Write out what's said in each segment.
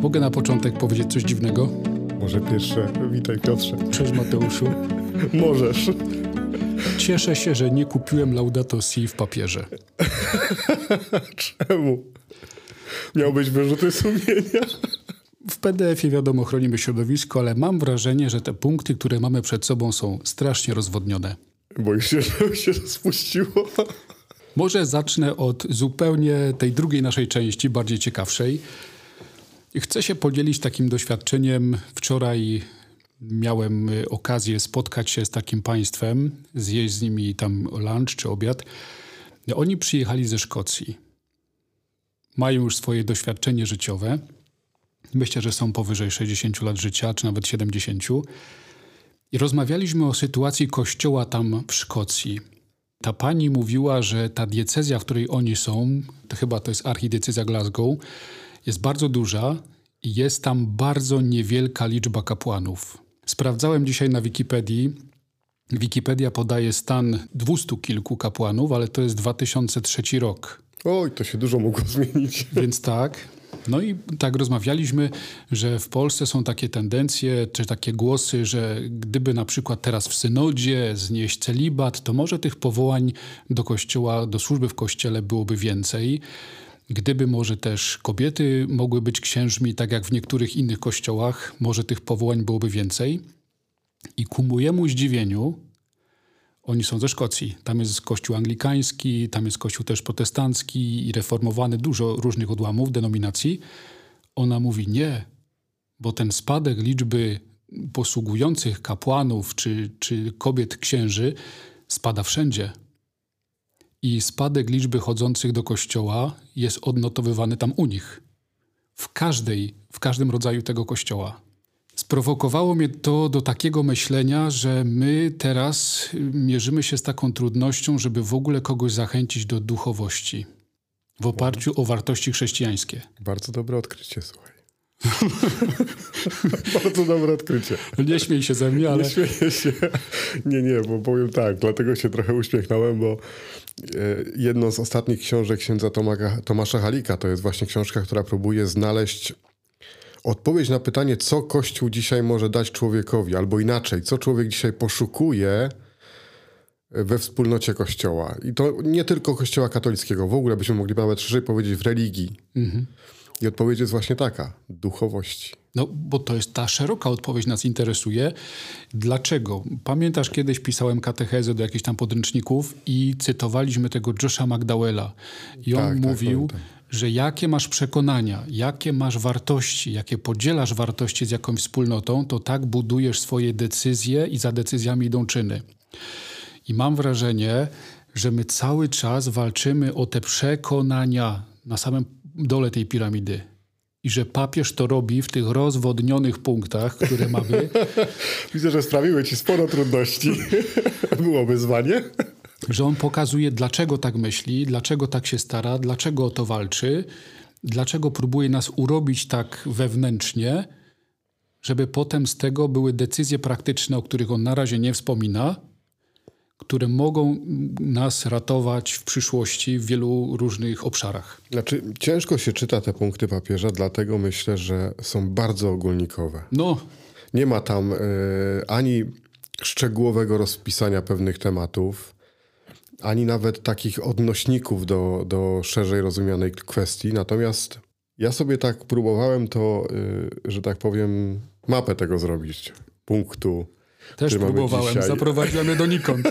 Mogę na początek powiedzieć coś dziwnego? Może pierwsze. Witaj, Piotrze. Cześć, Mateuszu. Możesz. Cieszę się, że nie kupiłem Laudato Si w papierze. Czemu? Miał być wyrzuty sumienia. W PDF-ie wiadomo, chronimy środowisko, ale mam wrażenie, że te punkty, które mamy przed sobą, są strasznie rozwodnione. Boisz się, żeby się rozpuściło? Może zacznę od zupełnie tej drugiej naszej części, bardziej ciekawszej. Chcę się podzielić takim doświadczeniem. Wczoraj miałem okazję spotkać się z takim państwem, zjeść z nimi tam lunch czy obiad. Oni przyjechali ze Szkocji. Mają już swoje doświadczenie życiowe. Myślę, że są powyżej 60 lat życia, czy nawet 70. I rozmawialiśmy o sytuacji kościoła tam w Szkocji. Ta pani mówiła, że ta diecezja, w której oni są, to chyba to jest archidiecezja Glasgow, jest bardzo duża i jest tam bardzo niewielka liczba kapłanów. Sprawdzałem dzisiaj na Wikipedii. Wikipedia podaje stan 200 kilku kapłanów, ale to jest 2003 rok. Oj, to się dużo mogło zmienić. Więc tak. No i tak rozmawialiśmy, że w Polsce są takie tendencje, czy takie głosy, że gdyby na przykład teraz w synodzie znieść celibat, to może tych powołań do kościoła, do służby w kościele byłoby więcej. Gdyby może też kobiety mogły być księżmi, tak jak w niektórych innych kościołach, może tych powołań byłoby więcej. I ku mojemu zdziwieniu, oni są ze Szkocji. Tam jest kościół anglikański, tam jest kościół też protestancki i reformowany, dużo różnych odłamów, denominacji. Ona mówi nie, bo ten spadek liczby posługujących kapłanów czy kobiet księży spada wszędzie. I spadek liczby chodzących do kościoła jest odnotowywany tam u nich. W każdym rodzaju tego kościoła. Sprowokowało mnie to do takiego myślenia, że my teraz mierzymy się z taką trudnością, żeby w ogóle kogoś zachęcić do duchowości w oparciu o wartości chrześcijańskie. Bardzo dobre odkrycie, słuchaj. Bardzo dobre odkrycie. Nie śmiej się ze mnie, ale... Nie śmieję się. Nie, bo powiem tak, dlatego się trochę uśmiechnąłem, bo jedną z ostatnich książek księdza Tomasza Halika to jest właśnie książka, która próbuje znaleźć odpowiedź na pytanie, co Kościół dzisiaj może dać człowiekowi, albo inaczej, co człowiek dzisiaj poszukuje we wspólnocie Kościoła. I to nie tylko Kościoła katolickiego, w ogóle byśmy mogli nawet szerzej powiedzieć w religii. Mhm. I odpowiedź jest właśnie taka, duchowości. No, bo to jest ta szeroka odpowiedź, nas interesuje. Dlaczego? Pamiętasz, kiedyś pisałem katechezę do jakichś tam podręczników i cytowaliśmy tego Josha McDowella. I on mówił, że jakie masz przekonania, jakie masz wartości, jakie podzielasz wartości z jakąś wspólnotą, to tak budujesz swoje decyzje i za decyzjami idą czyny. I mam wrażenie, że my cały czas walczymy o te przekonania na samym dole tej piramidy. I że papież to robi w tych rozwodnionych punktach, które mamy. Widzę, że sprawiły ci sporo trudności. Było wyzwanie. Że on pokazuje, dlaczego tak myśli, dlaczego tak się stara, dlaczego o to walczy, dlaczego próbuje nas urobić tak wewnętrznie, żeby potem z tego były decyzje praktyczne, o których on na razie nie wspomina, które mogą nas ratować w przyszłości w wielu różnych obszarach. Znaczy, ciężko się czyta te punkty papieża, dlatego myślę, że są bardzo ogólnikowe. No. Nie ma tam ani szczegółowego rozpisania pewnych tematów, ani nawet takich odnośników do szerzej rozumianej kwestii. Natomiast ja sobie tak próbowałem to, że tak powiem, mapę tego zrobić. Punktu. Też próbowałem, zaprowadziłem je donikąd.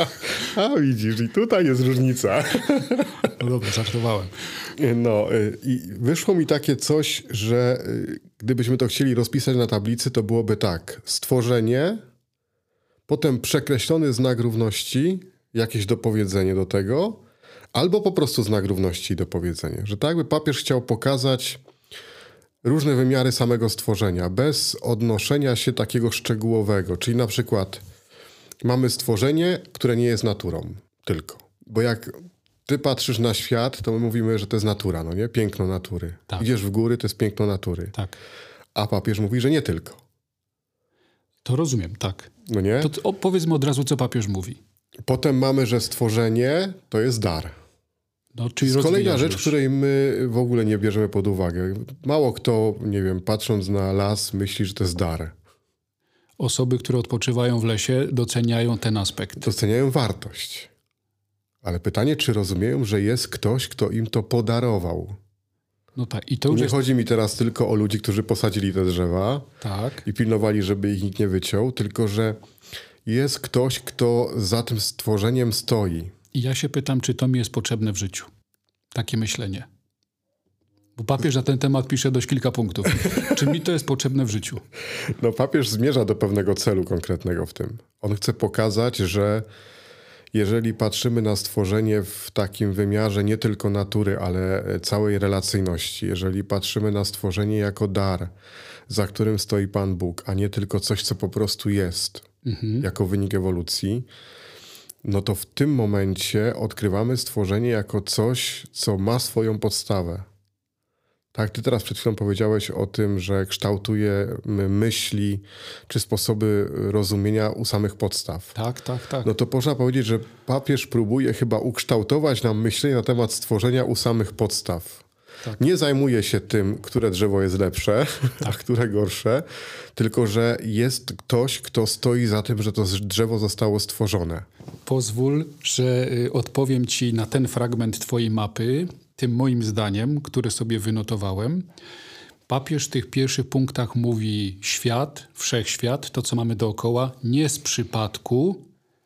A widzisz, i tutaj jest różnica. No dobra, żartowałem. No i wyszło mi takie coś, że gdybyśmy to chcieli rozpisać na tablicy, to byłoby tak. Stworzenie, potem przekreślony znak równości, jakieś dopowiedzenie do tego, albo po prostu znak równości i dopowiedzenie. Że tak by papież chciał pokazać różne wymiary samego stworzenia, bez odnoszenia się takiego szczegółowego. Czyli na przykład mamy stworzenie, które nie jest naturą tylko. Bo jak ty patrzysz na świat, to my mówimy, że to jest natura, no nie? Piękno natury. Tak. Idziesz w góry, to jest piękno natury. Tak. A papież mówi, że nie tylko. To rozumiem, tak. No nie? To powiedzmy od razu, co papież mówi. Potem mamy, że stworzenie to jest dar. No, to jest kolejna rzecz, której my w ogóle nie bierzemy pod uwagę. Mało kto, nie wiem, patrząc na las, myśli, że to jest dar. Osoby, które odpoczywają w lesie, doceniają ten aspekt. Doceniają wartość. Ale pytanie, czy rozumieją, że jest ktoś, kto im to podarował. No tak. I to już nie chodzi mi teraz tylko o ludzi, którzy posadzili te drzewa i pilnowali, żeby ich nikt nie wyciął, tylko że jest ktoś, kto za tym stworzeniem stoi. I ja się pytam, czy to mi jest potrzebne w życiu. Takie myślenie. Bo papież na ten temat pisze dość kilka punktów. Czy mi to jest potrzebne w życiu? No papież zmierza do pewnego celu konkretnego w tym. On chce pokazać, że jeżeli patrzymy na stworzenie w takim wymiarze nie tylko natury, ale całej relacyjności, jeżeli patrzymy na stworzenie jako dar, za którym stoi Pan Bóg, a nie tylko coś, co po prostu jest, jako wynik ewolucji, no to w tym momencie odkrywamy stworzenie jako coś, co ma swoją podstawę. Tak, ty teraz przed chwilą powiedziałeś o tym, że kształtujemy myśli czy sposoby rozumienia u samych podstaw. Tak. No to można powiedzieć, że papież próbuje chyba ukształtować nam myślenie na temat stworzenia u samych podstaw. Tak. Nie zajmuje się tym, które drzewo jest lepsze, a które gorsze, tylko że jest ktoś, kto stoi za tym, że to drzewo zostało stworzone. Pozwól, że odpowiem ci na ten fragment twojej mapy, tym moim zdaniem, które sobie wynotowałem. Papież w tych pierwszych punktach mówi świat, wszechświat, to co mamy dookoła, nie z przypadku,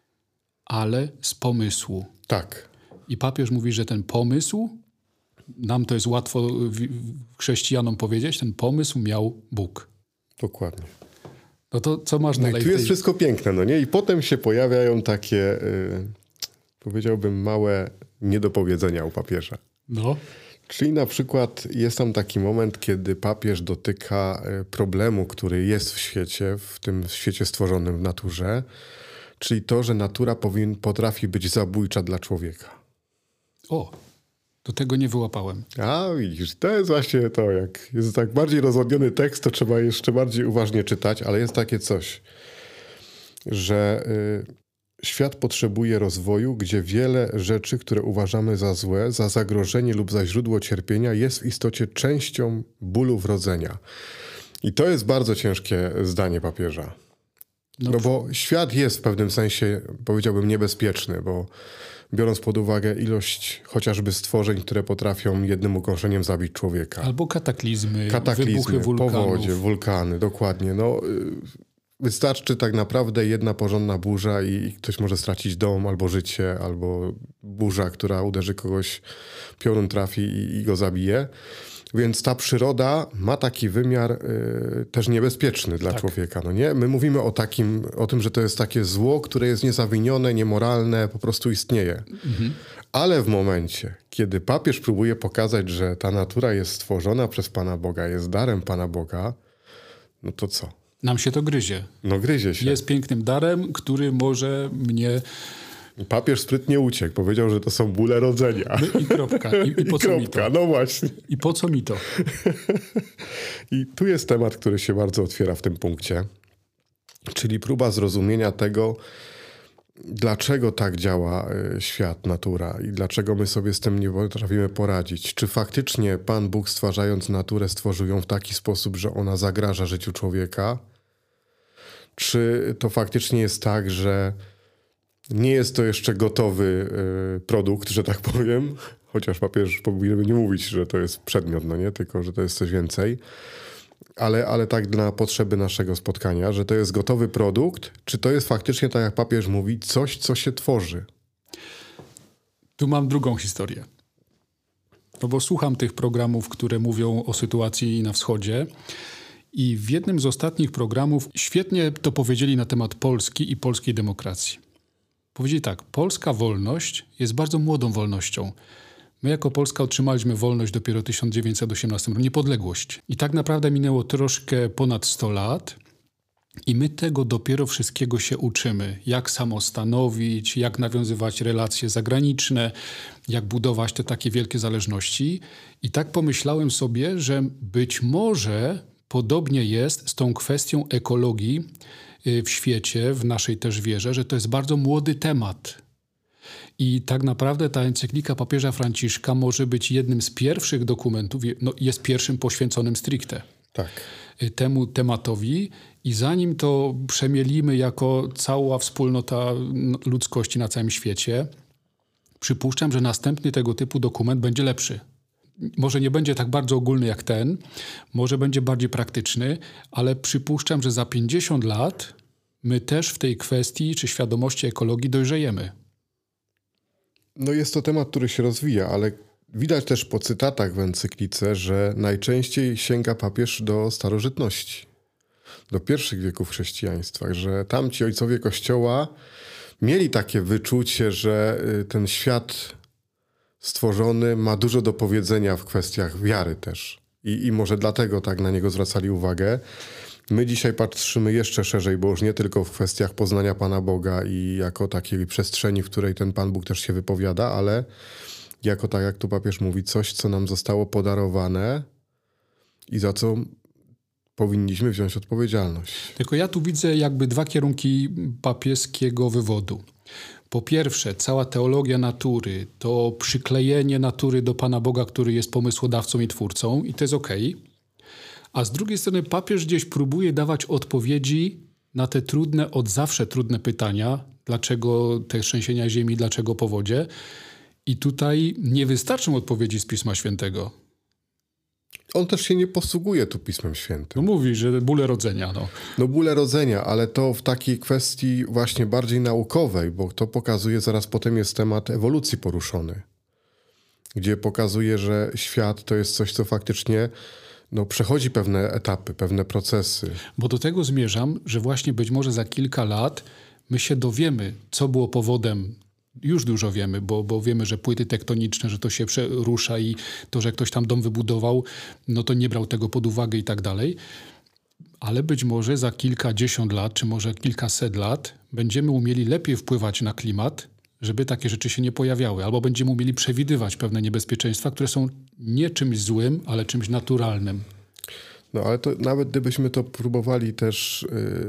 ale z pomysłu. Tak. I papież mówi, że ten pomysł, nam to jest łatwo chrześcijanom powiedzieć, ten pomysł miał Bóg. Dokładnie. No to co masz dalej? Tu jest wszystko piękne, no nie? I potem się pojawiają takie, powiedziałbym, małe niedopowiedzenia u papieża. No. Czyli na przykład jest tam taki moment, kiedy papież dotyka problemu, który jest w świecie, w tym świecie stworzonym w naturze, czyli to, że natura potrafi być zabójcza dla człowieka. O, do tego nie wyłapałem. A widzisz, to jest właśnie to, jak jest tak bardziej rozwodniony tekst, to trzeba jeszcze bardziej uważnie czytać, ale jest takie coś, że świat potrzebuje rozwoju, gdzie wiele rzeczy, które uważamy za złe, za zagrożenie lub za źródło cierpienia, jest w istocie częścią bólu wrodzenia. I to jest bardzo ciężkie zdanie papieża. No bo świat jest w pewnym sensie, powiedziałbym, niebezpieczny, bo biorąc pod uwagę ilość chociażby stworzeń, które potrafią jednym ukąszeniem zabić człowieka. Albo kataklizmy, wybuchy wulkanów. Powodzie, wulkany, dokładnie. No, wystarczy tak naprawdę jedna porządna burza i ktoś może stracić dom albo życie, albo burza, która uderzy kogoś, piorun trafi i go zabije. Więc ta przyroda ma taki wymiar też niebezpieczny dla człowieka. No nie? My mówimy o tym, że to jest takie zło, które jest niezawinione, niemoralne, po prostu istnieje. Ale w momencie, kiedy papież próbuje pokazać, że ta natura jest stworzona przez Pana Boga, jest darem Pana Boga, no to co? Nam się to gryzie. No gryzie się. Jest pięknym darem, który może mnie... Papież sprytnie uciekł. Powiedział, że to są bóle rodzenia. I kropka. I po co mi to? No właśnie. I po co mi to? I tu jest temat, który się bardzo otwiera w tym punkcie. Czyli próba zrozumienia tego, dlaczego tak działa świat, natura i dlaczego my sobie z tym nie potrafimy poradzić. Czy faktycznie Pan Bóg, stwarzając naturę, stworzył ją w taki sposób, że ona zagraża życiu człowieka? Czy to faktycznie jest tak, że nie jest to jeszcze gotowy produkt, że tak powiem, chociaż papież powinien nie mówić, że to jest przedmiot, no nie, tylko że to jest coś więcej, ale tak na potrzeby naszego spotkania, że to jest gotowy produkt, czy to jest faktycznie, tak jak papież mówi, coś, co się tworzy? Tu mam drugą historię. No bo słucham tych programów, które mówią o sytuacji na wschodzie i w jednym z ostatnich programów świetnie to powiedzieli na temat Polski i polskiej demokracji. Powiedzieli tak, polska wolność jest bardzo młodą wolnością. My jako Polska otrzymaliśmy wolność dopiero w 1918 roku, niepodległość. I tak naprawdę minęło troszkę ponad 100 lat i my tego dopiero wszystkiego się uczymy. Jak samostanowić, jak nawiązywać relacje zagraniczne, jak budować te takie wielkie zależności. I tak pomyślałem sobie, że być może podobnie jest z tą kwestią ekologii w świecie, w naszej też wierze, że to jest bardzo młody temat. I tak naprawdę ta encyklika papieża Franciszka może być jednym z pierwszych dokumentów, no jest pierwszym poświęconym stricte Tak. temu tematowi i zanim to przemielimy jako cała wspólnota ludzkości na całym świecie, przypuszczam, że następny tego typu dokument będzie lepszy. Może nie będzie tak bardzo ogólny jak ten, może będzie bardziej praktyczny, ale przypuszczam, że za 50 lat my też w tej kwestii czy świadomości ekologii dojrzejemy. No jest to temat, który się rozwija, ale widać też po cytatach w encyklice, że najczęściej sięga papież do starożytności, do pierwszych wieków chrześcijaństwa, że tamci ojcowie Kościoła mieli takie wyczucie, że ten świat stworzony ma dużo do powiedzenia w kwestiach wiary też. I może dlatego tak na niego zwracali uwagę. My dzisiaj patrzymy jeszcze szerzej, bo już nie tylko w kwestiach poznania Pana Boga i jako takiej przestrzeni, w której ten Pan Bóg też się wypowiada, ale jako, tak jak tu papież mówi, coś, co nam zostało podarowane i za co powinniśmy wziąć odpowiedzialność. Tylko ja tu widzę jakby dwa kierunki papieskiego wywodu. Po pierwsze, cała teologia natury, to przyklejenie natury do Pana Boga, który jest pomysłodawcą i twórcą i to jest okej. A z drugiej strony papież gdzieś próbuje dawać odpowiedzi na te trudne, od zawsze trudne pytania. Dlaczego te trzęsienia ziemi, dlaczego powodzie? I tutaj nie wystarczą odpowiedzi z Pisma Świętego. On też się nie posługuje tu Pismem Świętym. No mówi, że bóle rodzenia. No bóle rodzenia, ale to w takiej kwestii właśnie bardziej naukowej, bo to pokazuje, zaraz potem jest temat ewolucji poruszony, gdzie pokazuje, że świat to jest coś, co faktycznie przechodzi pewne etapy, pewne procesy. Bo do tego zmierzam, że właśnie być może za kilka lat my się dowiemy, co było powodem. Już dużo wiemy, bo wiemy, że płyty tektoniczne, że to się rusza i to, że ktoś tam dom wybudował, no to nie brał tego pod uwagę i tak dalej. Ale być może za kilkadziesiąt lat, czy może kilkaset lat będziemy umieli lepiej wpływać na klimat, żeby takie rzeczy się nie pojawiały. Albo będziemy umieli przewidywać pewne niebezpieczeństwa, które są nie czymś złym, ale czymś naturalnym. No ale to nawet gdybyśmy to próbowali też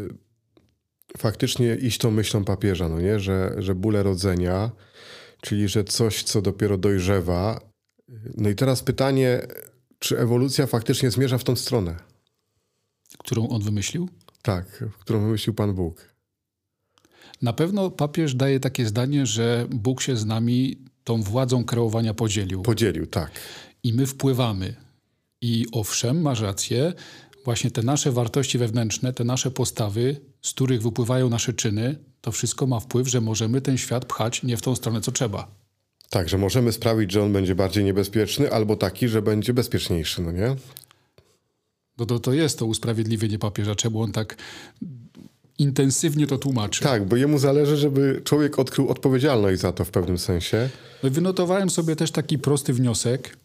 faktycznie iść tą myślą papieża, no nie? Że bóle rodzenia, czyli że coś, co dopiero dojrzewa. No i teraz pytanie, czy ewolucja faktycznie zmierza w tą stronę? Którą on wymyślił? Tak, którą wymyślił Pan Bóg. Na pewno papież daje takie zdanie, że Bóg się z nami tą władzą kreowania podzielił. Podzielił, tak. I my wpływamy. I owszem, masz rację, właśnie te nasze wartości wewnętrzne, te nasze postawy, z których wypływają nasze czyny, to wszystko ma wpływ, że możemy ten świat pchać nie w tą stronę, co trzeba. Tak, że możemy sprawić, że on będzie bardziej niebezpieczny, albo taki, że będzie bezpieczniejszy, no nie? To jest to usprawiedliwienie papieża, czemu on tak intensywnie to tłumaczy. Tak, bo jemu zależy, żeby człowiek odkrył odpowiedzialność za to w pewnym sensie. Wynotowałem sobie też taki prosty wniosek,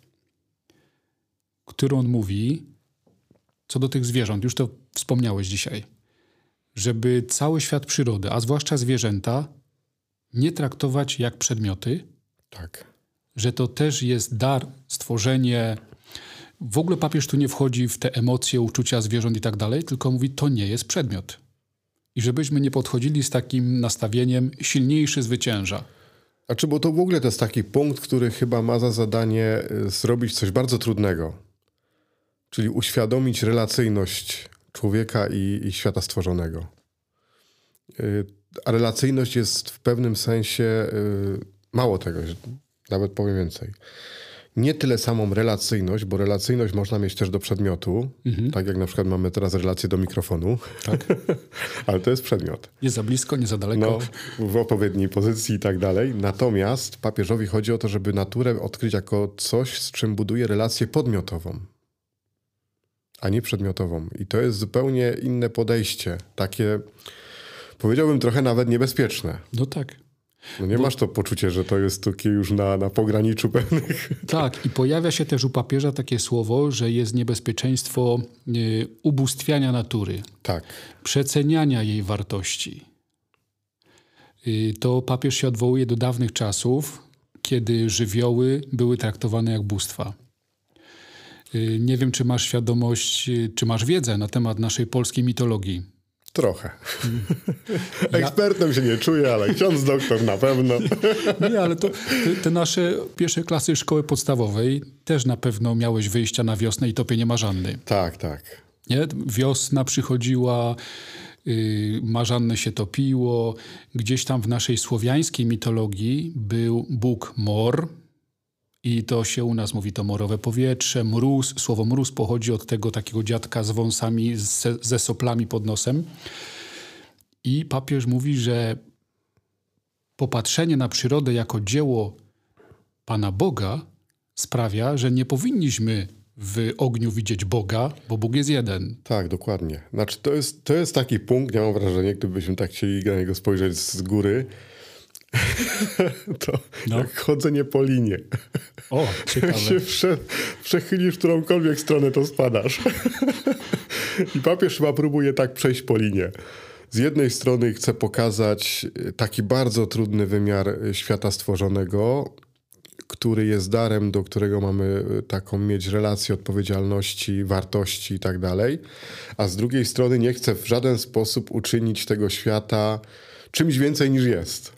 który on mówi co do tych zwierząt. Już to wspomniałeś dzisiaj. Żeby cały świat przyrody, a zwłaszcza zwierzęta, nie traktować jak przedmioty. Tak. Że to też jest dar, stworzenie. W ogóle papież tu nie wchodzi w te emocje, uczucia zwierząt i tak dalej, tylko mówi, to nie jest przedmiot. I żebyśmy nie podchodzili z takim nastawieniem silniejszy zwycięża. Bo to w ogóle to jest taki punkt, który chyba ma za zadanie zrobić coś bardzo trudnego. Czyli uświadomić relacyjność człowieka i świata stworzonego. A relacyjność jest w pewnym sensie, mało tego, nawet powiem więcej. Nie tyle samą relacyjność, bo relacyjność można mieć też do przedmiotu, tak jak na przykład mamy teraz relację do mikrofonu, tak. Ale to jest przedmiot. Nie za blisko, nie za daleko. W odpowiedniej pozycji i tak dalej. Natomiast papieżowi chodzi o to, żeby naturę odkryć jako coś, z czym buduje relację podmiotową, a nie przedmiotową. I to jest zupełnie inne podejście. Takie, powiedziałbym, trochę nawet niebezpieczne. No tak. Masz to poczucie, że to jest takie już na pograniczu pewnych... Tak, i pojawia się też u papieża takie słowo, że jest niebezpieczeństwo ubóstwiania natury. Tak. Przeceniania jej wartości. To papież się odwołuje do dawnych czasów, kiedy żywioły były traktowane jak bóstwa. Nie wiem, czy masz świadomość, czy masz wiedzę na temat naszej polskiej mitologii. Trochę. Ekspertem się nie czuję, ale ksiądz doktor na pewno. Nie, ale te nasze pierwsze klasy szkoły podstawowej też na pewno miałeś wyjścia na wiosnę i topienie marzanny. Tak, tak. Nie? Wiosna przychodziła, marzannę się topiło. Gdzieś tam w naszej słowiańskiej mitologii był Bóg Mor i to się u nas mówi to morowe powietrze, mróz. Słowo mróz pochodzi od tego takiego dziadka z wąsami, ze soplami pod nosem. I papież mówi, że popatrzenie na przyrodę jako dzieło Pana Boga sprawia, że nie powinniśmy w ogniu widzieć Boga, bo Bóg jest jeden. Tak, dokładnie. Znaczy to jest taki punkt, ja mam wrażenie, gdybyśmy tak chcieli na niego spojrzeć z góry, to jak chodzenie po linie. O, ciekawe. Jak się przechylisz w którąkolwiek stronę, to spadasz. I papież chyba próbuje tak przejść po linie. Z jednej strony chce pokazać taki bardzo trudny wymiar świata stworzonego, który jest darem, do którego mamy taką mieć relację odpowiedzialności, wartości i tak dalej, a z drugiej strony nie chce w żaden sposób uczynić tego świata czymś więcej niż jest.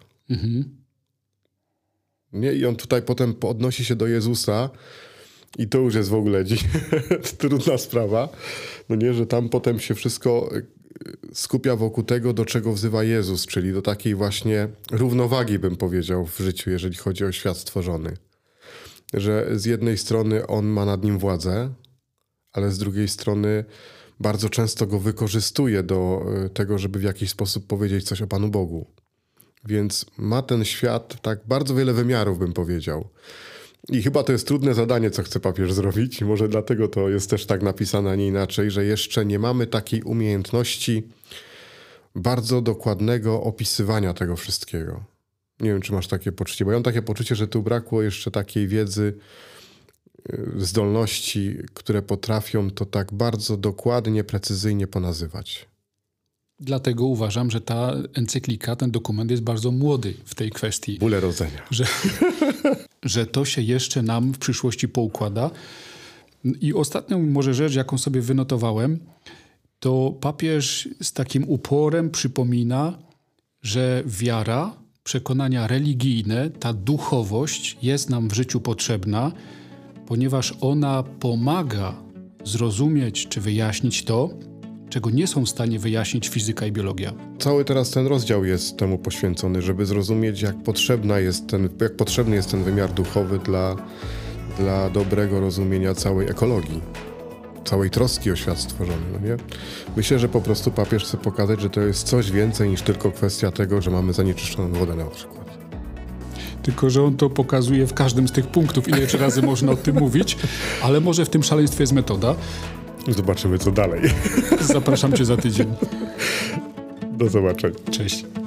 Nie? I on tutaj potem odnosi się do Jezusa i to już jest w ogóle trudna sprawa, no nie, że tam potem się wszystko skupia wokół tego, do czego wzywa Jezus, czyli do takiej właśnie równowagi, bym powiedział, w życiu, jeżeli chodzi o świat stworzony. Że z jednej strony on ma nad nim władzę, ale z drugiej strony bardzo często go wykorzystuje do tego, żeby w jakiś sposób powiedzieć coś o Panu Bogu. Więc ma ten świat tak bardzo wiele wymiarów, bym powiedział. I chyba to jest trudne zadanie, co chce papież zrobić. Może dlatego to jest też tak napisane, a nie inaczej, że jeszcze nie mamy takiej umiejętności bardzo dokładnego opisywania tego wszystkiego. Nie wiem, czy masz takie poczucie, bo ja mam takie poczucie, że tu brakło jeszcze takiej wiedzy, zdolności, które potrafią to tak bardzo dokładnie, precyzyjnie ponazywać. Dlatego uważam, że ta encyklika, ten dokument jest bardzo młody w tej kwestii. Bóle rodzenia. Że to się jeszcze nam w przyszłości poukłada. I ostatnią może rzecz, jaką sobie wynotowałem, to papież z takim uporem przypomina, że wiara, przekonania religijne, ta duchowość jest nam w życiu potrzebna, ponieważ ona pomaga zrozumieć czy wyjaśnić to, czego nie są w stanie wyjaśnić fizyka i biologia. Cały teraz ten rozdział jest temu poświęcony, żeby zrozumieć, jak potrzebny jest ten wymiar duchowy dla dobrego rozumienia całej ekologii, całej troski o świat stworzony. No nie? Myślę, że po prostu papież chce pokazać, że to jest coś więcej niż tylko kwestia tego, że mamy zanieczyszczoną wodę na przykład. Tylko że on to pokazuje w każdym z tych punktów, ileś razy można o tym mówić, ale może w tym szaleństwie jest metoda. Zobaczymy, co dalej. Zapraszam cię za tydzień. Do zobaczenia. Cześć.